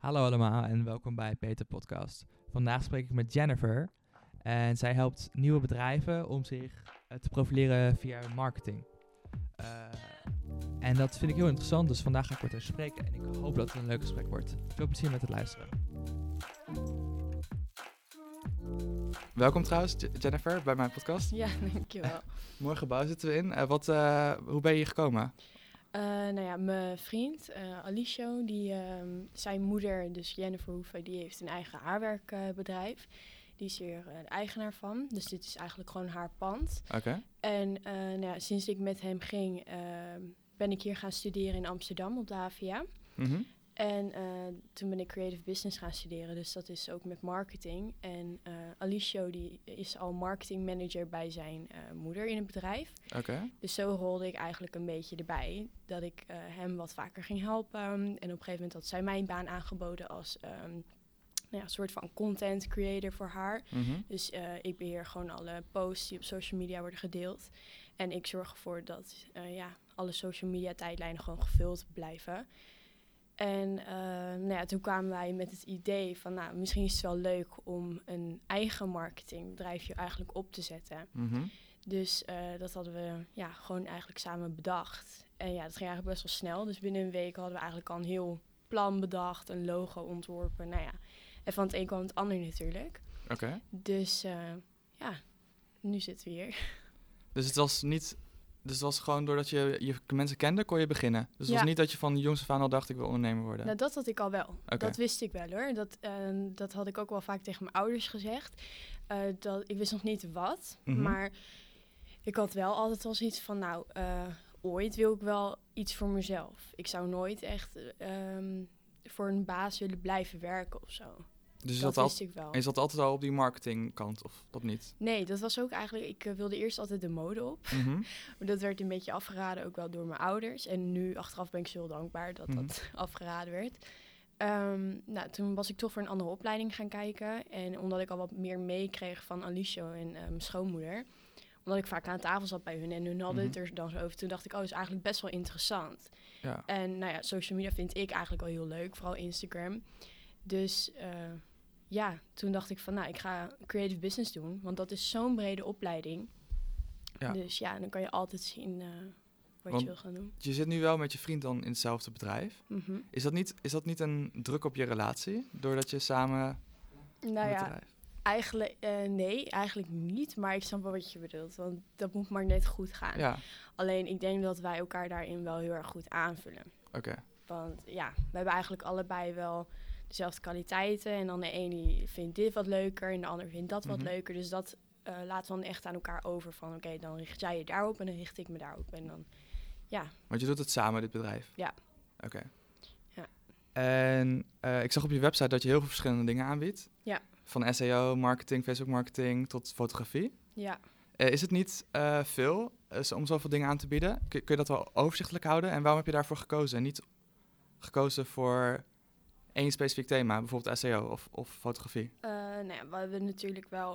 Hallo allemaal en welkom bij Peter Podcast. Vandaag spreek ik met Jennifer en zij helpt nieuwe bedrijven om zich te profileren via marketing. En dat vind ik heel interessant, dus vandaag ga ik met haar spreken en ik hoop dat het een leuk gesprek wordt. Veel plezier met het luisteren. Welkom trouwens Jennifer bij mijn podcast. Ja, dankjewel. Mooi gebouw zitten we in. Hoe ben je hier gekomen? Mijn vriend Alicio, zijn moeder, dus Jennifer Hoeven, die heeft een eigen haarwerkbedrijf. Die is hier de eigenaar van, dus dit is eigenlijk gewoon haar pand. Oké. En sinds ik met hem ging, ben ik hier gaan studeren in Amsterdam op de HVA. Mm-hmm. En toen ben ik creative business gaan studeren, dus dat is ook met marketing. En Alicio die is al marketing manager bij zijn moeder in het bedrijf. Oké. Dus zo rolde ik eigenlijk een beetje erbij, dat ik hem wat vaker ging helpen. En op een gegeven moment had zij mij een baan aangeboden als een soort van content creator voor haar. Mm-hmm. Dus ik beheer gewoon alle posts die op social media worden gedeeld. En ik zorg ervoor dat alle social media tijdlijnen gewoon gevuld blijven. En toen kwamen wij met het idee van, misschien is het wel leuk om een eigen marketingbedrijfje eigenlijk op te zetten. Mm-hmm. Dus dat hadden we gewoon eigenlijk samen bedacht. En dat ging eigenlijk best wel snel. Dus binnen een week hadden we eigenlijk al een heel plan bedacht, een logo ontworpen. En van het een kwam het ander natuurlijk. Oké. Dus nu zitten we hier. Dus het was gewoon doordat je mensen kende, kon je beginnen. Dus het was niet dat je van jongs af aan al dacht, ik wil ondernemer worden. Nou, dat had ik al wel. Okay. Dat wist ik wel hoor. Dat had ik ook wel vaak tegen mijn ouders gezegd. Ik wist nog niet wat, Mm-hmm. maar ik had wel altijd al zoiets van, ooit wil ik wel iets voor mezelf. Ik zou nooit echt voor een baas willen blijven werken of zo. Dus dat wist ik wel. En je zat altijd al op die marketingkant, of dat niet? Nee, dat was ook eigenlijk... Ik wilde eerst altijd de mode op. Mm-hmm. Maar dat werd een beetje afgeraden, ook wel door mijn ouders. En nu, achteraf, ben ik zo dankbaar dat dat afgeraden werd. Toen was ik toch voor een andere opleiding gaan kijken. En omdat ik al wat meer meekreeg van Alicio en mijn schoonmoeder... Omdat ik vaak aan tafel zat bij hun en hun hadden het er dan zo over. Toen dacht ik, is eigenlijk best wel interessant. Ja. En social media vind ik eigenlijk al heel leuk, vooral Instagram. Dus toen dacht ik van, ik ga creative business doen. Want dat is zo'n brede opleiding. Ja. Dus dan kan je altijd zien wat je wil gaan doen. Je zit nu wel met je vriend dan in hetzelfde bedrijf. Mm-hmm. Is dat niet een druk op je relatie? Doordat je samen... Eigenlijk, nee, eigenlijk niet. Maar ik snap wel wat je bedoelt. Want dat moet maar net goed gaan. Ja. Alleen, ik denk dat wij elkaar daarin wel heel erg goed aanvullen. Oké. Want we hebben eigenlijk allebei wel dezelfde kwaliteiten. En dan de ene vindt dit wat leuker en de ander vindt dat wat leuker. Dus dat laten we dan echt aan elkaar over. Van oké, dan richt jij je daarop en dan richt ik me daarop. En dan, Want je doet het samen, dit bedrijf? Ja. Oké. Ja. En ik zag op je website dat je heel veel verschillende dingen aanbiedt. Ja. Van SEO, marketing, Facebook marketing tot fotografie. Ja. Is het niet veel om zoveel dingen aan te bieden? Kun je dat wel overzichtelijk houden? En waarom heb je daarvoor gekozen? En niet gekozen voor één specifiek thema, bijvoorbeeld SEO of fotografie? We hebben natuurlijk wel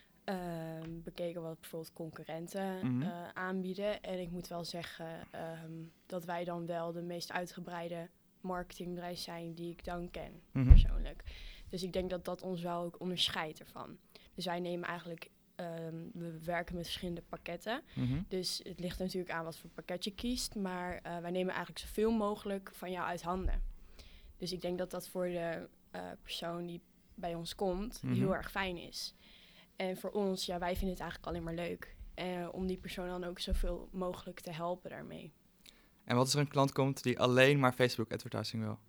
bekeken wat bijvoorbeeld concurrenten aanbieden. En ik moet wel zeggen dat wij dan wel de meest uitgebreide marketingbedrijf zijn die ik dan ken, persoonlijk. Dus ik denk dat dat ons wel ook onderscheidt ervan. Dus wij nemen eigenlijk... we werken met verschillende pakketten. Mm-hmm. Dus het ligt natuurlijk aan wat voor pakket je kiest. Maar wij nemen eigenlijk zoveel mogelijk van jou uit handen. Dus ik denk dat dat voor de persoon die bij ons komt heel erg fijn is. En voor ons, wij vinden het eigenlijk alleen maar leuk. Om die persoon dan ook zoveel mogelijk te helpen daarmee. En wat als er een klant komt die alleen maar Facebook advertising wil?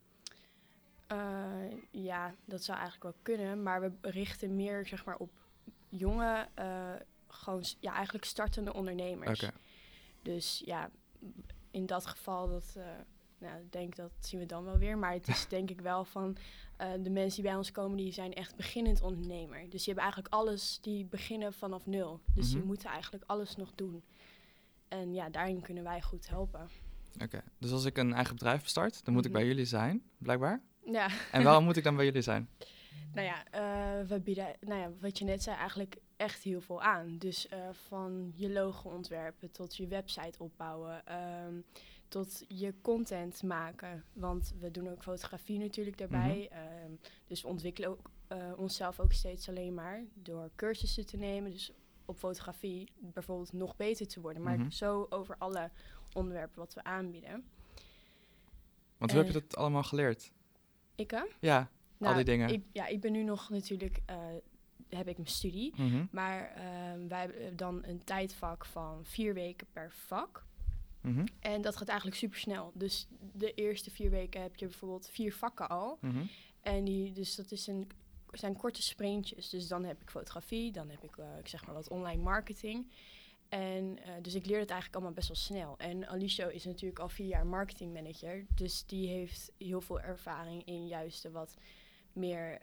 Dat zou eigenlijk wel kunnen. Maar we richten meer zeg maar op jonge, eigenlijk startende ondernemers. Okay. Dus in dat geval, dat zien we dan wel weer. Maar het is denk ik wel van de mensen die bij ons komen, die zijn echt beginnend ondernemer. Dus die hebben eigenlijk alles, die beginnen vanaf nul. Dus die moeten eigenlijk alles nog doen. En daarin kunnen wij goed helpen. Oké. Dus als ik een eigen bedrijf start, dan moet ik bij jullie zijn, blijkbaar? Ja. En waarom moet ik dan bij jullie zijn? We bieden, wat je net zei, eigenlijk echt heel veel aan. Dus van je logo ontwerpen tot je website opbouwen, tot je content maken. Want we doen ook fotografie natuurlijk daarbij. Dus we ontwikkelen ook, onszelf ook steeds alleen maar door cursussen te nemen. Dus op fotografie bijvoorbeeld nog beter te worden. Maar zo over alle onderwerpen wat we aanbieden. Want hoe heb je dat allemaal geleerd? Ik? Ja, al die dingen. Ik ben nu nog natuurlijk... heb ik mijn studie. Maar wij hebben dan een tijdvak van 4 weken per vak. En dat gaat eigenlijk super snel. Dus de eerste 4 weken heb je bijvoorbeeld 4 vakken al. En dus dat zijn korte sprintjes. Dus dan heb ik fotografie, dan heb ik zeg maar wat online marketing. En dus ik leer het eigenlijk allemaal best wel snel. En Alicio is natuurlijk al 4 jaar marketingmanager. Dus die heeft heel veel ervaring in juist de wat meer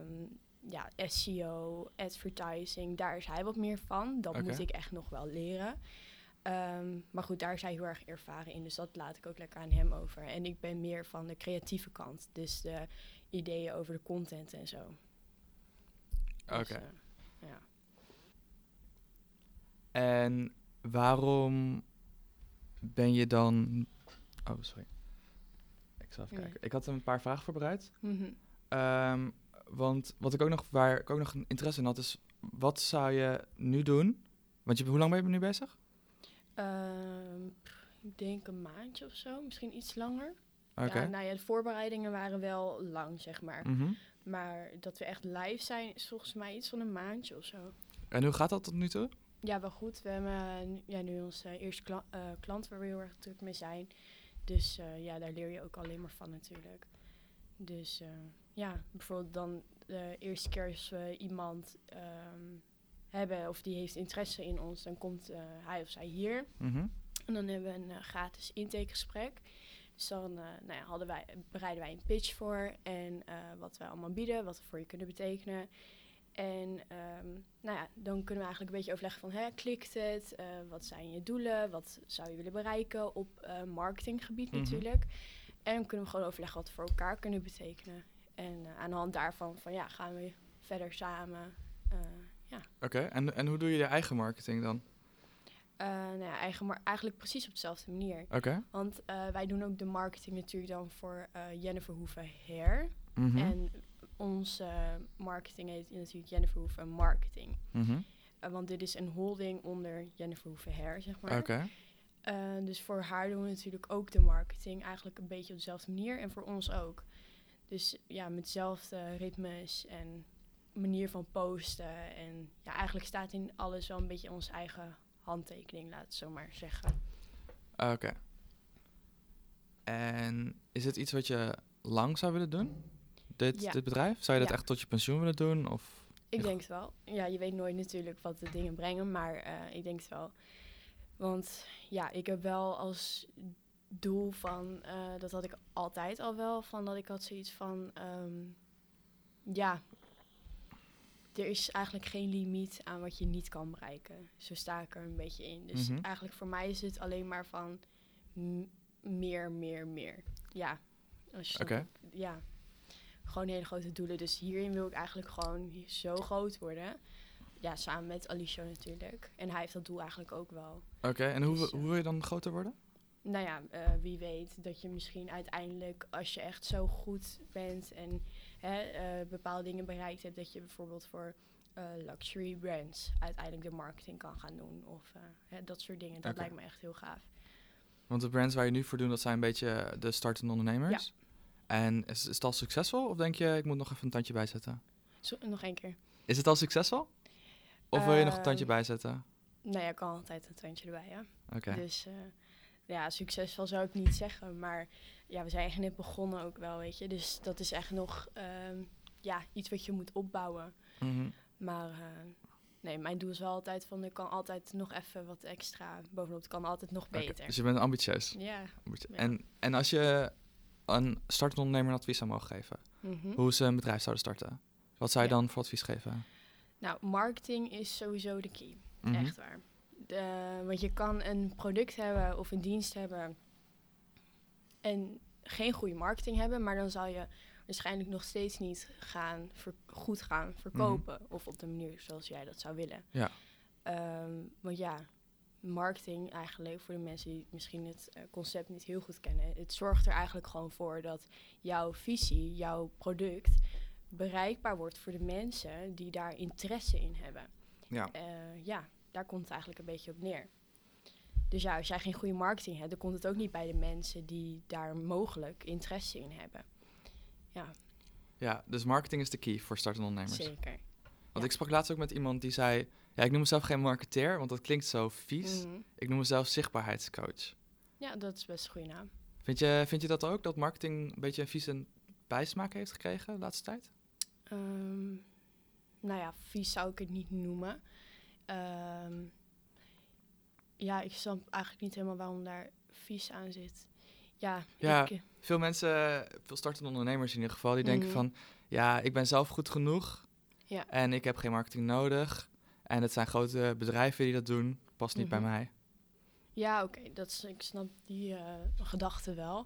SEO, advertising. Daar is hij wat meer van. Dat moet ik echt nog wel leren. Maar goed, daar is hij heel erg ervaren in. Dus dat laat ik ook lekker aan hem over. En ik ben meer van de creatieve kant. Dus de ideeën over de content en zo. Oké. En waarom ben je dan... Oh, sorry. Ik zal even kijken. Ik had een paar vragen voorbereid. Want waar ik ook nog een interesse in had, is... Wat zou je nu doen? Want hoe lang ben je nu bezig? Ik denk een maandje of zo. Misschien iets langer. Okay. Ja, de voorbereidingen waren wel lang, zeg maar. Maar dat we echt live zijn, is volgens mij iets van een maandje of zo. En hoe gaat dat tot nu toe? Ja, wel goed. We hebben nu onze eerste klant waar we heel erg druk mee zijn. Dus daar leer je ook alleen maar van natuurlijk. Dus bijvoorbeeld dan de eerste keer als we iemand hebben of die heeft interesse in ons, dan komt hij of zij hier. En dan hebben we een gratis intakegesprek. Dus dan bereiden wij een pitch voor en wat wij allemaal bieden, wat we voor je kunnen betekenen. En dan kunnen we eigenlijk een beetje overleggen van, klikt het? Wat zijn je doelen? Wat zou je willen bereiken op marketinggebied natuurlijk? En dan kunnen we gewoon overleggen wat we voor elkaar kunnen betekenen. En aan de hand daarvan gaan we verder samen. Oké, en hoe doe je je eigen marketing dan? Eigenlijk precies op dezelfde manier. Want wij doen ook de marketing natuurlijk dan voor Jennifer Hoeve Hair. En onze marketing heet natuurlijk Jennifer Hoeve Marketing. Want dit is een holding onder Jennifer Hoeve Hair, zeg maar. Dus voor haar doen we natuurlijk ook de marketing. Eigenlijk een beetje op dezelfde manier. En voor ons ook. Dus met dezelfde ritmes en manier van posten. En eigenlijk staat in alles wel een beetje onze eigen handtekening, laat het zo maar zeggen. Oké. En is het iets wat je lang zou willen doen? Dit bedrijf? Zou je dat echt tot je pensioen willen doen? Of? Ik denk het wel. Ja, je weet nooit natuurlijk wat de dingen brengen, maar ik denk het wel. Want ik heb wel als doel van, dat had ik altijd al wel, van dat ik had zoiets van, er is eigenlijk geen limiet aan wat je niet kan bereiken. Zo sta ik er een beetje in. Dus eigenlijk voor mij is het alleen maar van meer. Ja. Gewoon hele grote doelen. Dus hierin wil ik eigenlijk gewoon zo groot worden. Ja, samen met Alicio natuurlijk. En hij heeft dat doel eigenlijk ook wel. Oké, en hoe wil je dan groter worden? Wie weet dat je misschien uiteindelijk, als je echt zo goed bent en bepaalde dingen bereikt hebt, dat je bijvoorbeeld voor luxury brands uiteindelijk de marketing kan gaan doen. Of dat soort dingen. Dat lijkt me echt heel gaaf. Want de brands waar je nu voor doet, dat zijn een beetje de startende ondernemers. Ja. En is het al succesvol? Of denk je, ik moet nog even een tandje bijzetten? Nog 1 keer. Is het al succesvol? Of wil je nog een tandje bijzetten? Ik kan altijd een tandje erbij, ja. Oké. Dus succesvol zou ik niet zeggen. Maar we zijn echt net begonnen ook wel, weet je. Dus dat is echt nog iets wat je moet opbouwen. Maar mijn doel is wel altijd van, er kan altijd nog even wat extra bovenop. Het kan altijd nog beter. Dus je bent ambitieus. Ja. En als je een startende ondernemer een advies zou mogen geven, hoe ze een bedrijf zouden starten, wat zou je dan voor advies geven? Marketing is sowieso de key. Echt waar. Want je kan een product hebben of een dienst hebben en geen goede marketing hebben, maar dan zal je waarschijnlijk nog steeds niet goed gaan verkopen of op de manier zoals jij dat zou willen. Ja. Want marketing eigenlijk, voor de mensen die misschien het concept niet heel goed kennen, het zorgt er eigenlijk gewoon voor dat jouw visie, jouw product, bereikbaar wordt voor de mensen die daar interesse in hebben. Ja. Daar komt het eigenlijk een beetje op neer. Dus ja, als jij geen goede marketing hebt, dan komt het ook niet bij de mensen die daar mogelijk interesse in hebben. Ja, dus marketing is de key voor startende ondernemers. Zeker. Want ik sprak laatst ook met iemand die zei, ja, ik noem mezelf geen marketeer, want dat klinkt zo vies. Ik noem mezelf zichtbaarheidscoach. Ja, dat is best een goede naam. Vind je dat ook, dat marketing een beetje een vieze bijsmaak heeft gekregen de laatste tijd? Vies zou ik het niet noemen. Ik snap eigenlijk niet helemaal waarom daar vies aan zit. Veel mensen, veel startende ondernemers in ieder geval, die denken van, ja, ik ben zelf goed genoeg en ik heb geen marketing nodig. En het zijn grote bedrijven die dat doen, past niet bij mij. Ja, oké, ik snap die gedachte wel.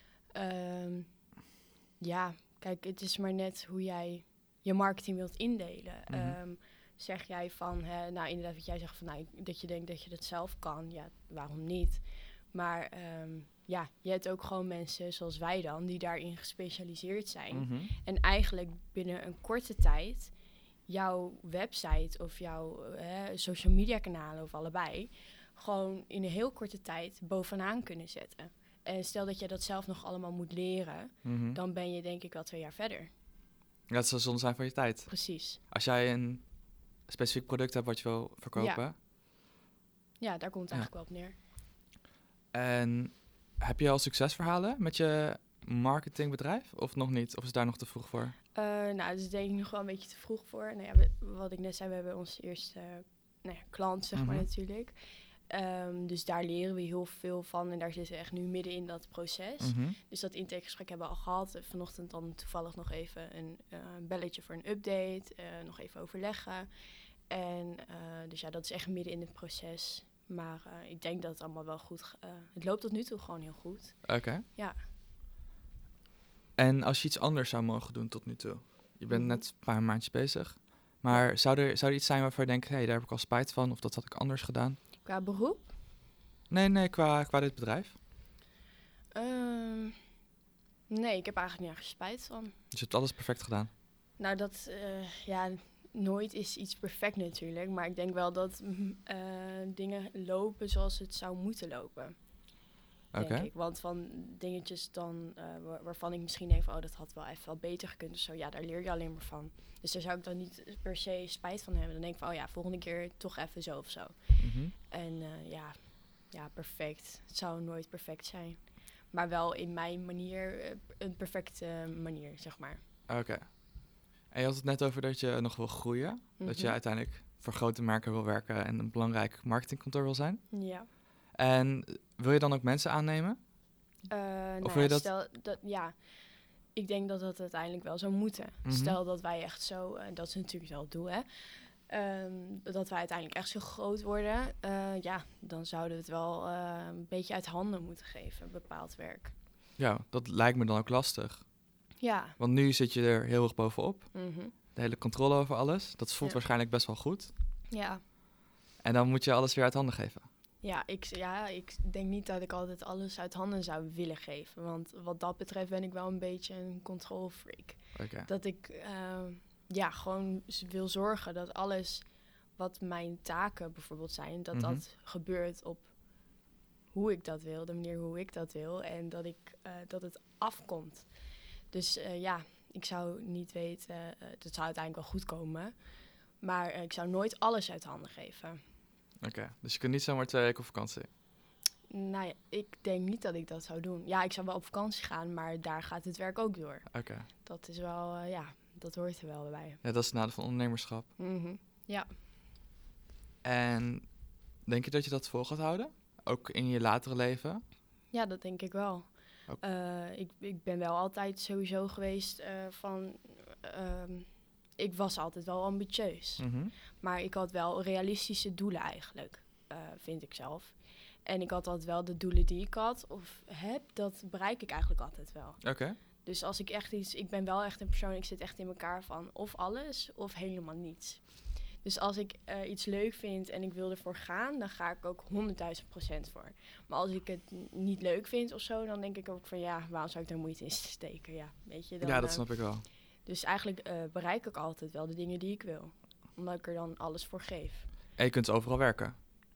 Kijk, het is maar net hoe jij je marketing wilt indelen. Zeg jij van, inderdaad wat jij zegt van, dat je denkt dat je dat zelf kan, ja, waarom niet? Maar je hebt ook gewoon mensen zoals wij dan, die daarin gespecialiseerd zijn. En eigenlijk binnen een korte tijd jouw website of jouw social media kanalen of allebei gewoon in een heel korte tijd bovenaan kunnen zetten. En stel dat je dat zelf nog allemaal moet leren, dan ben je denk ik wel 2 jaar verder. Ja, dat zou zonde zijn van je tijd. Precies. Als jij een specifiek product hebt wat je wil verkopen. Ja, daar komt het eigenlijk wel op neer. En heb je al succesverhalen met je marketingbedrijf? Of nog niet? Of is daar nog te vroeg voor? Dat is denk ik nog wel een beetje te vroeg voor. Wat ik net zei, we hebben onze eerste klant, zeg maar natuurlijk. Dus daar leren we heel veel van. En daar zitten we echt nu midden in dat proces. Dus dat intakegesprek hebben we al gehad. Vanochtend dan toevallig nog even een belletje voor een update. Nog even overleggen. En dus dat is echt midden in het proces. Maar ik denk dat het allemaal wel goed... het loopt tot nu toe gewoon heel goed. Oké. Ja. En als je iets anders zou mogen doen tot nu toe? Je bent net een paar maandjes bezig. Maar zou er iets zijn waarvan je denkt, daar heb ik al spijt van, of dat had ik anders gedaan? Qua beroep? Nee, qua dit bedrijf. Nee, ik heb eigenlijk nergens spijt van. Dus je hebt alles perfect gedaan? Nou, nooit is iets perfect natuurlijk. Maar ik denk wel dat dingen lopen zoals het zou moeten lopen. Denk ik. Want van dingetjes dan waarvan ik misschien denk van, dat had wel even wat beter gekund. Dus daar leer je alleen maar van. Dus daar zou ik dan niet per se spijt van hebben. Dan denk ik van, volgende keer toch even zo of zo. En perfect. Het zou nooit perfect zijn. Maar wel in mijn manier, een perfecte manier, zeg maar. Oké. En je had het net over dat je nog wil groeien. Dat je uiteindelijk voor grote merken wil werken en een belangrijk marketingkantoor wil zijn. Ja. En wil je dan ook mensen aannemen? Of wil je ik denk dat dat uiteindelijk wel zou moeten. Stel dat wij echt zo, dat is natuurlijk wel het doel, hè. Dat wij uiteindelijk echt zo groot worden, dan zouden we het wel een beetje uit handen moeten geven, bepaald werk. Ja, dat lijkt me dan ook lastig. Ja. Want nu zit je er heel erg bovenop. De hele controle over alles. Dat voelt waarschijnlijk best wel goed. Ja. En dan moet je alles weer uit handen geven. Ja, ik denk niet dat ik altijd alles uit handen zou willen geven. Want wat dat betreft ben ik wel een beetje een control freak. Okay. Dat ik gewoon wil zorgen dat alles wat mijn taken bijvoorbeeld zijn, dat gebeurt op hoe ik dat wil, de manier hoe ik dat wil. En dat het afkomt. Dus ik zou niet weten, dat zou uiteindelijk wel goed komen. Maar ik zou nooit alles uit handen geven. Oké, dus je kunt niet zomaar 2 weken op vakantie? Nou ja, ik denk niet dat ik dat zou doen. Ja, ik zou wel op vakantie gaan, maar daar gaat het werk ook door. Oké. Dat is wel, dat hoort er wel bij. Ja, dat is het nadeel van ondernemerschap. Ja. En denk je dat je dat vol gaat houden? Ook in je latere leven? Ja, dat denk ik wel. Ik ben wel altijd sowieso geweest van... ik was altijd wel ambitieus. Maar ik had wel realistische doelen eigenlijk, vind ik zelf. En ik had altijd wel de doelen die ik had of heb, dat bereik ik eigenlijk altijd wel. Oké. Dus als ik echt iets... Ik ben wel echt een persoon, ik zit echt in elkaar van of alles of helemaal niets. Dus als ik iets leuk vind en ik wil ervoor gaan, dan ga ik ook 100.000% voor. Maar als ik het niet leuk vind of zo, dan denk ik ook van ja, waarom zou ik daar moeite in steken? Ja, weet je, dan, Ja, dat snap ik wel. Dus eigenlijk bereik ik altijd wel de dingen die ik wil. Omdat ik er dan alles voor geef. En je kunt overal werken.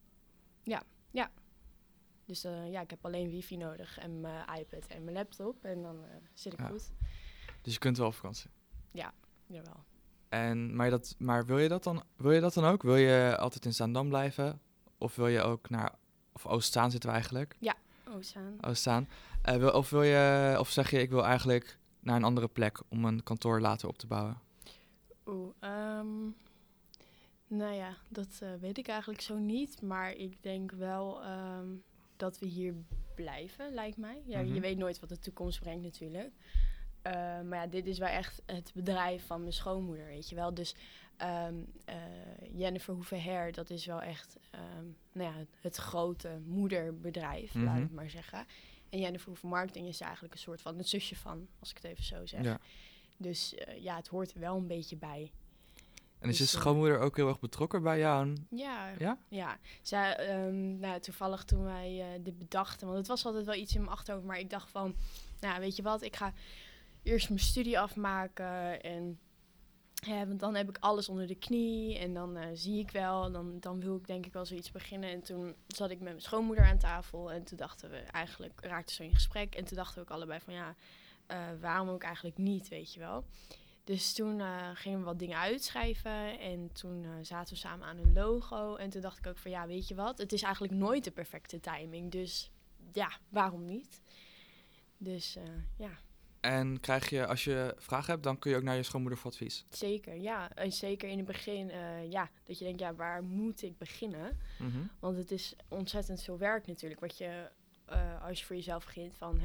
Dus ja, ik heb alleen wifi nodig en mijn iPad en mijn laptop. En dan zit ik goed. Dus je kunt wel op vakantie. Jawel. Maar wil je dat dan ook? Wil je altijd in Zaandam blijven? Of wil je ook naar... Of Oostzaan zitten we eigenlijk. Oostzaan. Of zeg je, ik wil eigenlijk naar een andere plek om een kantoor later op te bouwen? Nou ja, dat weet ik eigenlijk zo niet. Maar ik denk wel dat we hier blijven, lijkt mij. Ja, Je weet nooit wat de toekomst brengt natuurlijk. Maar ja, dit is wel echt het bedrijf van mijn schoonmoeder, weet je wel. Dus Jennifer Hoeven-Her, dat is wel echt het grote moederbedrijf, laat ik maar zeggen. En Jennifer Hoeven-Marketing is eigenlijk een soort van het zusje van, als ik het even zo zeg. Ja. Dus het hoort er wel een beetje bij. En is je schoonmoeder ook heel erg betrokken bij jou? Ja. Zij, toevallig toen wij dit bedachten, want het was altijd wel iets in mijn achterhoofd, maar ik dacht van, nou, weet je wat, ik ga eerst mijn studie afmaken en want dan heb ik alles onder de knie en dan zie ik wel, dan wil ik denk ik wel zoiets beginnen. En toen zat ik met mijn schoonmoeder aan tafel en toen dachten we eigenlijk, raakten zo in gesprek en toen dachten we ook allebei van waarom ook eigenlijk niet, weet je wel. Dus toen gingen we wat dingen uitschrijven en toen zaten we samen aan een logo. En toen dacht ik ook van weet je wat, het is eigenlijk nooit de perfecte timing. Dus ja, waarom niet? Dus ja. En krijg je, als je vragen hebt, dan kun je ook naar je schoonmoeder voor advies? Zeker, ja. En zeker in het begin, dat je denkt, waar moet ik beginnen? Want het is ontzettend veel werk natuurlijk, wat je, als je voor jezelf begint van,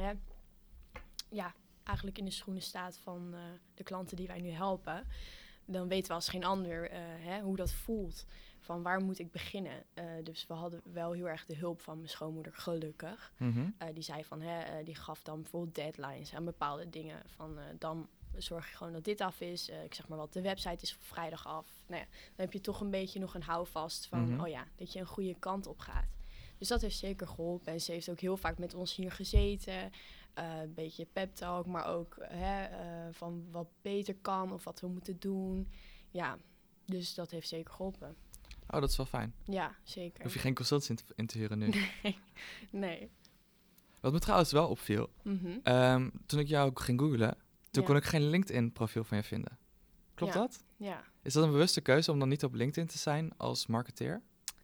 eigenlijk in de schoenen staat van de klanten die wij nu helpen, dan weten we als geen ander hoe dat voelt. Van waar moet ik beginnen? Dus we hadden wel heel erg de hulp van mijn schoonmoeder, gelukkig. Die zei van, die gaf dan bijvoorbeeld deadlines aan bepaalde dingen. Van dan zorg je gewoon dat dit af is. Ik zeg maar wat, de website is vrijdag af. Nou ja, dan heb je toch een beetje nog een houvast van, dat je een goede kant op gaat. Dus dat heeft zeker geholpen. En ze heeft ook heel vaak met ons hier gezeten. Een beetje pep talk, maar ook van wat beter kan of wat we moeten doen. Ja, dus dat heeft zeker geholpen. Oh, dat is wel fijn. Ja, zeker. Hoef je geen consultant in te huren nu? Nee. Wat me trouwens wel opviel, toen ik jou ook ging googlen, toen kon ik geen LinkedIn-profiel van je vinden. Klopt dat? Ja. Is dat een bewuste keuze om dan niet op LinkedIn te zijn als marketeer?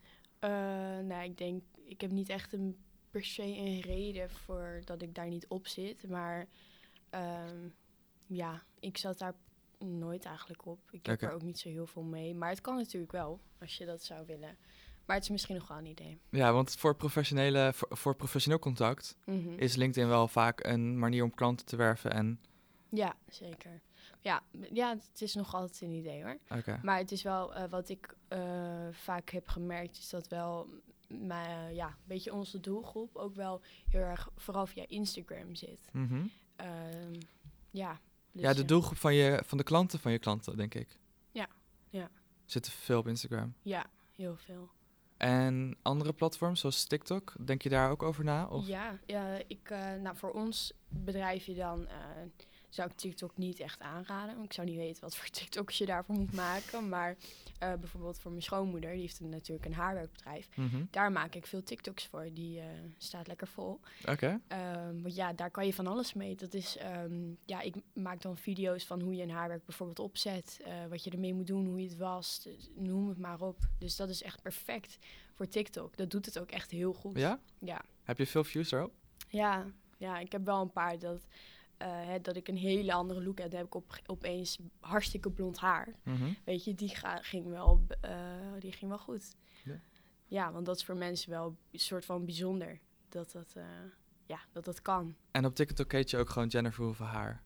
Ik heb niet echt per se een reden voor dat ik daar niet op zit. Maar ik zat daar nooit eigenlijk op. Ik heb er ook niet zo heel veel mee. Maar het kan natuurlijk wel, als je dat zou willen. Maar het is misschien nog wel een idee. Ja, want voor professioneel contact is LinkedIn wel vaak een manier om klanten te werven. En... Ja, zeker. Ja, het is nog altijd een idee hoor. Okay. Maar het is wel wat ik vaak heb gemerkt, is dat wel een beetje onze doelgroep ook wel heel erg vooral via Instagram zit. Dus de doelgroep van de klanten van je klanten, denk ik. Ja. Zitten veel op Instagram. Ja, heel veel. En andere platforms zoals TikTok, denk je daar ook over na? Of? Voor ons bedrijfje dan zou ik TikTok niet echt aanraden. Ik zou niet weten wat voor TikToks je daarvoor moet maken. Maar bijvoorbeeld voor mijn schoonmoeder, die heeft natuurlijk een haarwerkbedrijf. Daar maak ik veel TikToks voor. Die staat lekker vol. Oké. Want daar kan je van alles mee. Dat is, ik maak dan video's van hoe je een haarwerk bijvoorbeeld opzet. Wat je ermee moet doen, hoe je het wast. Noem het maar op. Dus dat is echt perfect voor TikTok. Dat doet het ook echt heel goed. Ja? Ja. Heb je veel views erop? Ja, ik heb wel een paar dat ik een hele andere look heb. Dan heb ik opeens hartstikke blond haar. Weet je, die ging wel goed. Ja, want dat is voor mensen wel een soort van bijzonder. Dat kan. En op TikTok heet je ook gewoon Jennifer Hoeven-Haar.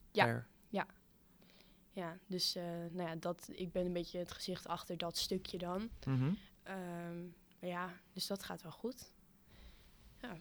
Ja, dus ik ben een beetje het gezicht achter dat stukje dan. Dus dat gaat wel goed. Ja.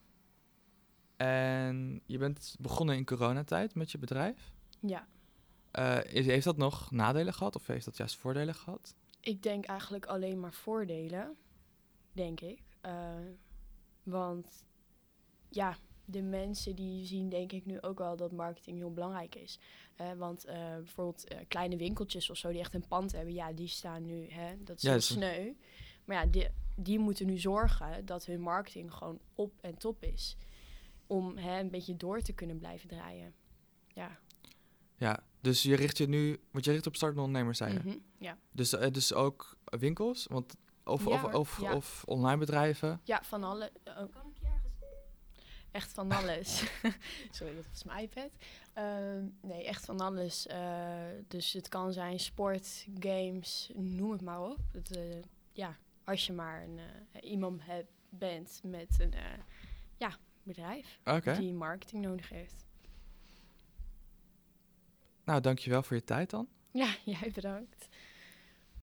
En je bent begonnen in coronatijd met je bedrijf? Ja. Heeft dat nog nadelen gehad of heeft dat juist voordelen gehad? Ik denk eigenlijk alleen maar voordelen, denk ik. Want ja, de mensen die zien denk ik nu ook wel dat marketing heel belangrijk is. Want bijvoorbeeld kleine winkeltjes of zo die echt een pand hebben, ja, die staan nu, dat is heel sneu. Maar ja, die moeten nu zorgen dat hun marketing gewoon op en top is. Om een beetje door te kunnen blijven draaien. Ja. Ja, dus je richt op startende ondernemers, zei je? Mm-hmm, ja. Dus ook winkels? Of online bedrijven? Ja, van alle... Kan ik je ergens... Echt van alles. Sorry, dat was mijn iPad. Nee, echt van alles. Dus het kan zijn sport, games, noem het maar op. Als je maar iemand bent met een bedrijf die marketing nodig heeft. Nou, dankjewel voor je tijd dan. Ja, jij bedankt.